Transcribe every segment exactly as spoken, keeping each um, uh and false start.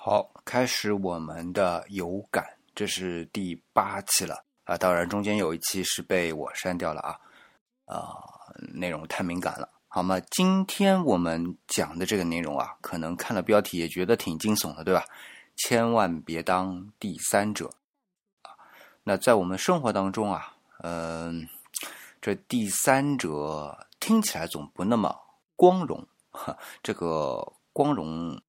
好，开始我们的有感，这是第八期了啊。当然中间有一期是被我删掉了啊，啊、呃，内容太敏感了。好吗？今天我们讲的这个内容啊，可能看了标题也觉得挺惊悚的，对吧？千万别当第三者啊。那在我们生活当中啊，嗯、呃，这第三者听起来总不那么光荣，哈，这个光荣。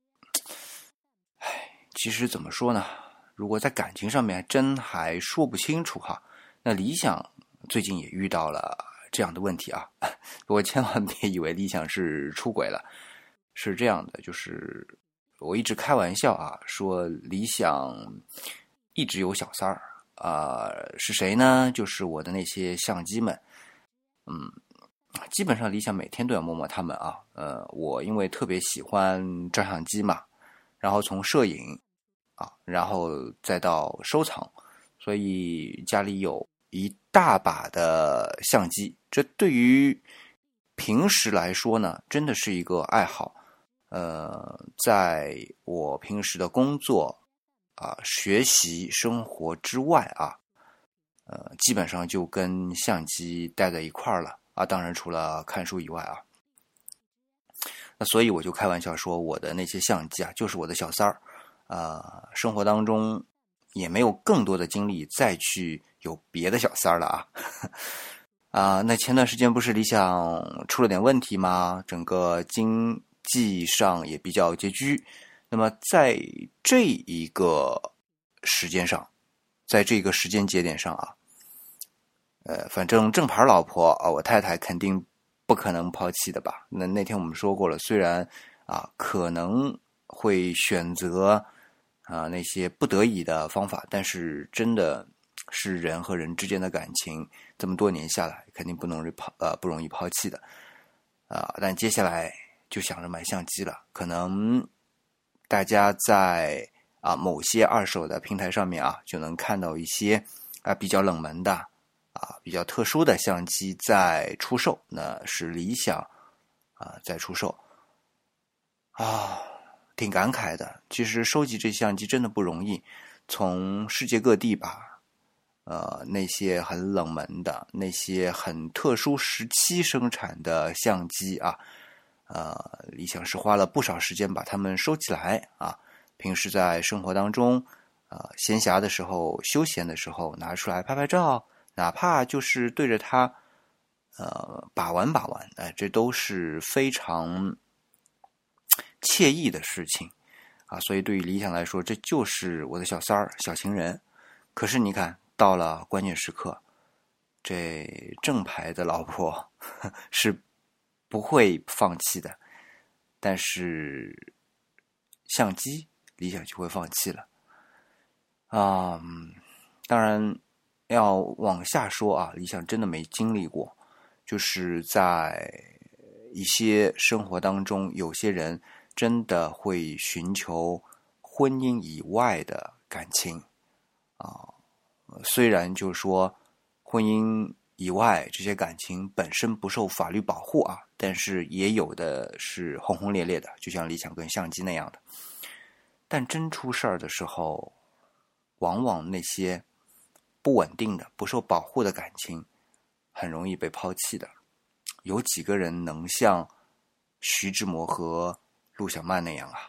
其实怎么说呢？如果在感情上面真还说不清楚哈。那理想最近也遇到了这样的问题啊，不过千万别以为理想是出轨了，是这样的，就是我一直开玩笑啊，说理想一直有小三儿啊、呃，是谁呢？就是我的那些相机们，嗯，基本上理想每天都要摸摸他们啊，呃，我因为特别喜欢照相机嘛，然后从摄影。啊，然后再到收藏，所以家里有一大把的相机。这对于平时来说呢，真的是一个爱好。呃，在我平时的工作啊、学习、生活之外啊，呃，基本上就跟相机待在一块儿了啊。当然，除了看书以外啊，那所以我就开玩笑说，我的那些相机啊，就是我的小三儿。呃，生活当中也没有更多的精力再去有别的小三儿了啊。啊、呃，那前段时间不是理想出了点问题吗？整个经济上也比较拮据。那么在这一个时间上，在这个时间节点上啊，呃，反正正牌老婆啊，我太太肯定不可能抛弃的吧？那那天我们说过了，虽然啊可能会选择。啊，那些不得已的方法，但是真的是人和人之间的感情，这么多年下来，肯定不容易抛呃不容易抛弃的啊。但接下来就想着买相机了，可能大家在啊某些二手的平台上面啊，就能看到一些啊比较冷门的啊比较特殊的相机在出售，那是理想啊在出售啊。挺感慨的，其实收集这相机真的不容易，从世界各地吧，呃，那些很冷门的、那些很特殊时期生产的相机啊，呃，理想是花了不少时间把它们收起来啊。平时在生活当中，呃，闲暇的时候、休闲的时候拿出来拍拍照，哪怕就是对着它，呃，把玩把玩，哎、呃，这都是非常惬意的事情啊，所以对于理想来说，这就是我的小三儿、小情人。可是你看，到了关键时刻，这正牌的老婆呵是不会放弃的，但是相机理想就会放弃了啊、嗯。当然要往下说啊，理想真的没经历过，就是在一些生活当中，有些人真的会寻求婚姻以外的感情啊。虽然就是说婚姻以外这些感情本身不受法律保护啊，但是也有的是轰轰烈烈的，就像理想跟相机那样的。但真出事儿的时候，往往那些不稳定的、不受保护的感情很容易被抛弃的。有几个人能像徐志摩和陆小曼那样啊？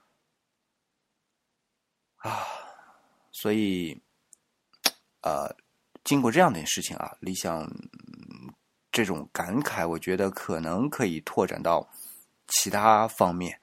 啊，所以，呃，经过这样的事情啊，理想这种感慨，我觉得可能可以拓展到其他方面。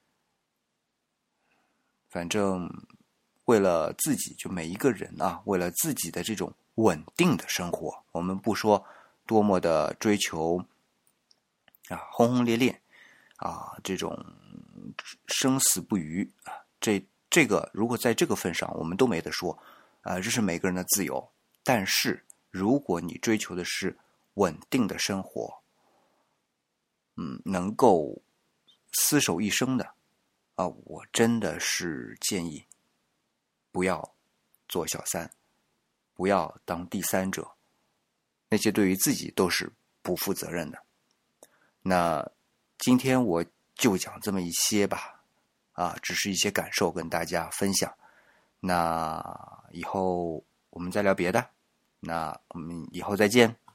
反正为了自己，就每一个人啊，为了自己的这种稳定的生活，我们不说多么的追求啊轰轰烈烈啊这种生死不渝啊，这这个如果在这个份上我们都没得说啊，这是每个人的自由。但是如果你追求的是稳定的生活，嗯，能够厮守一生的啊，我真的是建议不要做小三，不要当第三者，那些对于自己都是不负责任的。那今天我就讲这么一些吧， 啊，只是一些感受跟大家分享。那以后我们再聊别的，那我们以后再见。